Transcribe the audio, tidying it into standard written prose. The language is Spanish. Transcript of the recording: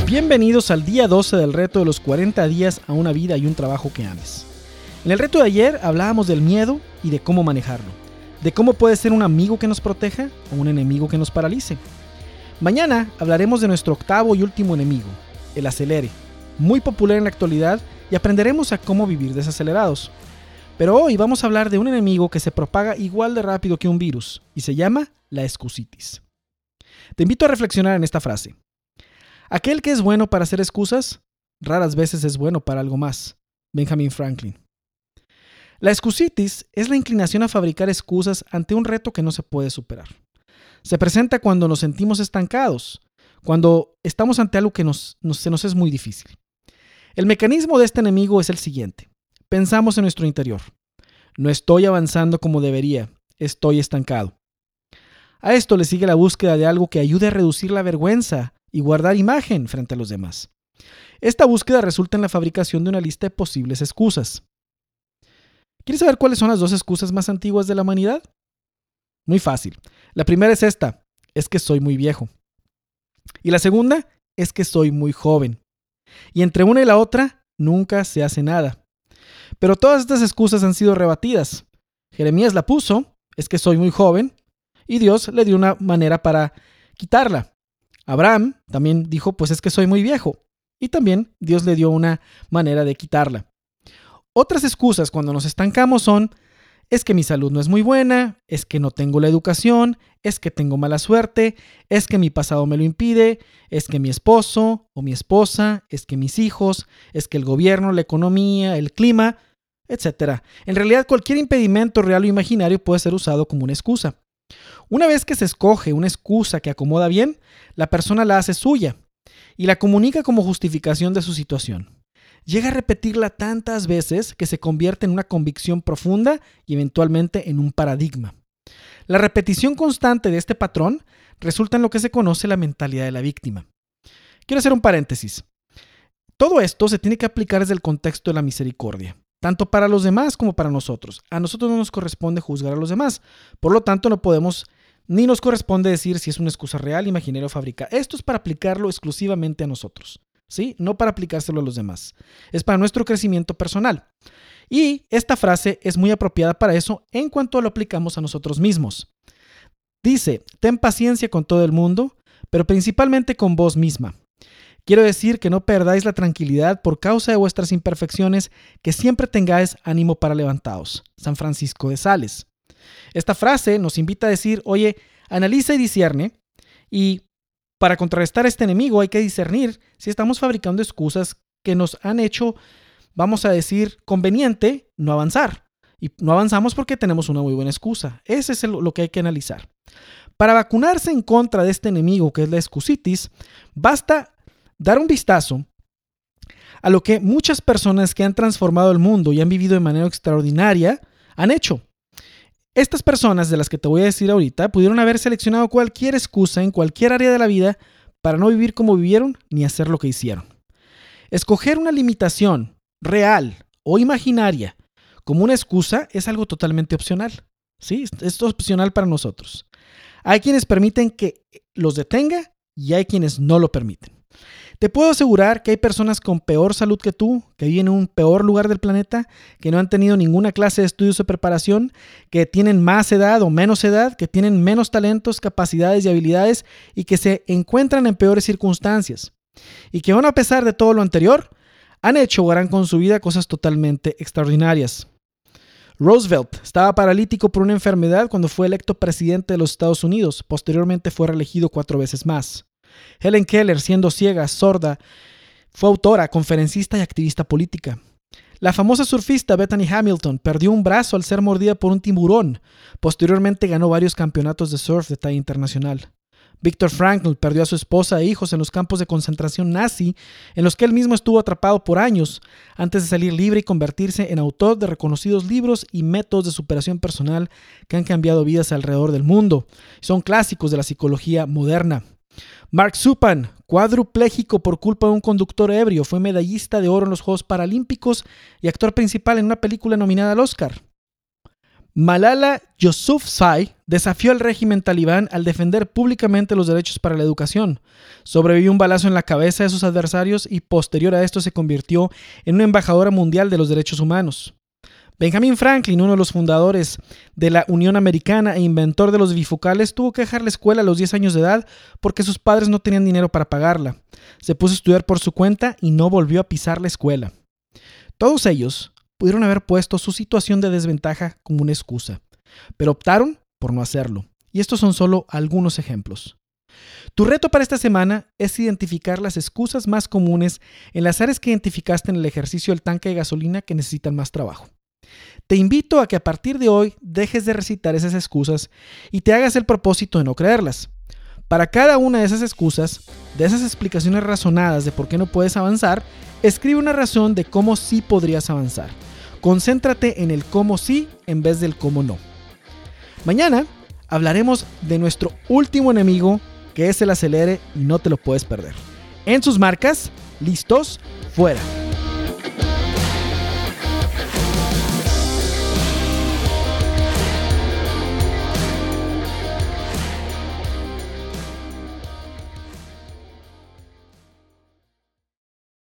Bienvenidos al día 12 del reto de los 40 días a una vida y un trabajo que ames. En el reto de ayer hablábamos del miedo y de cómo manejarlo, de cómo puede ser un amigo que nos proteja o un enemigo que nos paralice. Mañana hablaremos de nuestro octavo y último enemigo, el acelere, muy popular en la actualidad, y aprenderemos a cómo vivir desacelerados. Pero hoy vamos a hablar de un enemigo que se propaga igual de rápido que un virus y se llama la excusitis. Te invito a reflexionar en esta frase. Aquel que es bueno para hacer excusas, raras veces es bueno para algo más. Benjamin Franklin. La excusitis es la inclinación a fabricar excusas ante un reto que no se puede superar. Se presenta cuando nos sentimos estancados, cuando estamos ante algo que se nos es muy difícil. El mecanismo de este enemigo es el siguiente. Pensamos en nuestro interior. No estoy avanzando como debería, estoy estancado. A esto le sigue la búsqueda de algo que ayude a reducir la vergüenza y guardar imagen frente a los demás. Esta búsqueda resulta en la fabricación de una lista de posibles excusas. ¿Quieres saber cuáles son las dos excusas más antiguas de la humanidad? Muy fácil. La primera es esta, es que soy muy viejo. Y la segunda es que soy muy joven. Y entre una y la otra nunca se hace nada. Pero todas estas excusas han sido rebatidas. Jeremías la puso, es que soy muy joven, y Dios le dio una manera para quitarla. Abraham también dijo, pues es que soy muy viejo. Y también Dios le dio una manera de quitarla. Otras excusas cuando nos estancamos son, es que mi salud no es muy buena, es que no tengo la educación, es que tengo mala suerte, es que mi pasado me lo impide, es que mi esposo o mi esposa, es que mis hijos, es que el gobierno, la economía, el clima, etc. En realidad cualquier impedimento real o imaginario puede ser usado como una excusa. Una vez que se escoge una excusa que acomoda bien, la persona la hace suya y la comunica como justificación de su situación. Llega a repetirla tantas veces que se convierte en una convicción profunda y eventualmente en un paradigma. La repetición constante de este patrón resulta en lo que se conoce la mentalidad de la víctima. Quiero hacer un paréntesis. Todo esto se tiene que aplicar desde el contexto de la misericordia, tanto para los demás como para nosotros. A nosotros no nos corresponde juzgar a los demás, por lo tanto no podemos ni nos corresponde decir si es una excusa real, imaginaria o fabricada. Esto es para aplicarlo exclusivamente a nosotros, ¿sí? No para aplicárselo a los demás. Es para nuestro crecimiento personal. Y esta frase es muy apropiada para eso en cuanto lo aplicamos a nosotros mismos. Dice, ten paciencia con todo el mundo, pero principalmente con vos misma. Quiero decir que no perdáis la tranquilidad por causa de vuestras imperfecciones, que siempre tengáis ánimo para levantaos. San Francisco de Sales. Esta frase nos invita a decir, oye, analiza y discierne, y para contrarrestar este enemigo hay que discernir si estamos fabricando excusas que nos han hecho, vamos a decir, conveniente no avanzar. Y no avanzamos porque tenemos una muy buena excusa. Ese es lo que hay que analizar. Para vacunarse en contra de este enemigo que es la excusitis, basta dar un vistazo a lo que muchas personas que han transformado el mundo y han vivido de manera extraordinaria han hecho. Estas personas de las que te voy a decir ahorita pudieron haber seleccionado cualquier excusa en cualquier área de la vida para no vivir como vivieron ni hacer lo que hicieron. Escoger una limitación real o imaginaria como una excusa es algo totalmente opcional. ¿Sí? Es opcional para nosotros. Hay quienes permiten que los detenga y hay quienes no lo permiten. Te puedo asegurar que hay personas con peor salud que tú, que viven en un peor lugar del planeta, que no han tenido ninguna clase de estudios o preparación, que tienen más edad o menos edad, que tienen menos talentos, capacidades y habilidades y que se encuentran en peores circunstancias. Y que aún a pesar de todo lo anterior, han hecho o harán con su vida cosas totalmente extraordinarias. Roosevelt estaba paralítico por una enfermedad cuando fue electo presidente de los Estados Unidos. Posteriormente fue reelegido 4 veces más. Helen Keller, siendo ciega, sorda, fue autora, conferencista y activista política. La famosa surfista Bethany Hamilton perdió un brazo al ser mordida por un tiburón. Posteriormente ganó varios campeonatos de surf de talla internacional. Viktor Frankl perdió a su esposa e hijos en los campos de concentración nazi, en los que él mismo estuvo atrapado por años, antes de salir libre y convertirse en autor de reconocidos libros y métodos de superación personal que han cambiado vidas alrededor del mundo. Son clásicos de la psicología moderna. Mark Zupan, cuadrupléjico por culpa de un conductor ebrio, fue medallista de oro en los Juegos Paralímpicos y actor principal en una película nominada al Oscar. Malala Yousafzai desafió al régimen talibán al defender públicamente los derechos para la educación. Sobrevivió un balazo en la cabeza de sus adversarios y posterior a esto se convirtió en una embajadora mundial de los derechos humanos. Benjamin Franklin, uno de los fundadores de la Unión Americana e inventor de los bifocales, tuvo que dejar la escuela a los 10 años de edad porque sus padres no tenían dinero para pagarla. Se puso a estudiar por su cuenta y no volvió a pisar la escuela. Todos ellos pudieron haber puesto su situación de desventaja como una excusa, pero optaron por no hacerlo. Y estos son solo algunos ejemplos. Tu reto para esta semana es identificar las excusas más comunes en las áreas que identificaste en el ejercicio del tanque de gasolina que necesitan más trabajo. Te invito a que a partir de hoy dejes de recitar esas excusas y te hagas el propósito de no creerlas. Para cada una de esas excusas, de esas explicaciones razonadas de por qué no puedes avanzar, escribe una razón de cómo sí podrías avanzar. Concéntrate en el cómo sí en vez del cómo no. Mañana hablaremos de nuestro último enemigo, que es el acelere, y no te lo puedes perder. En sus marcas, listos, fuera.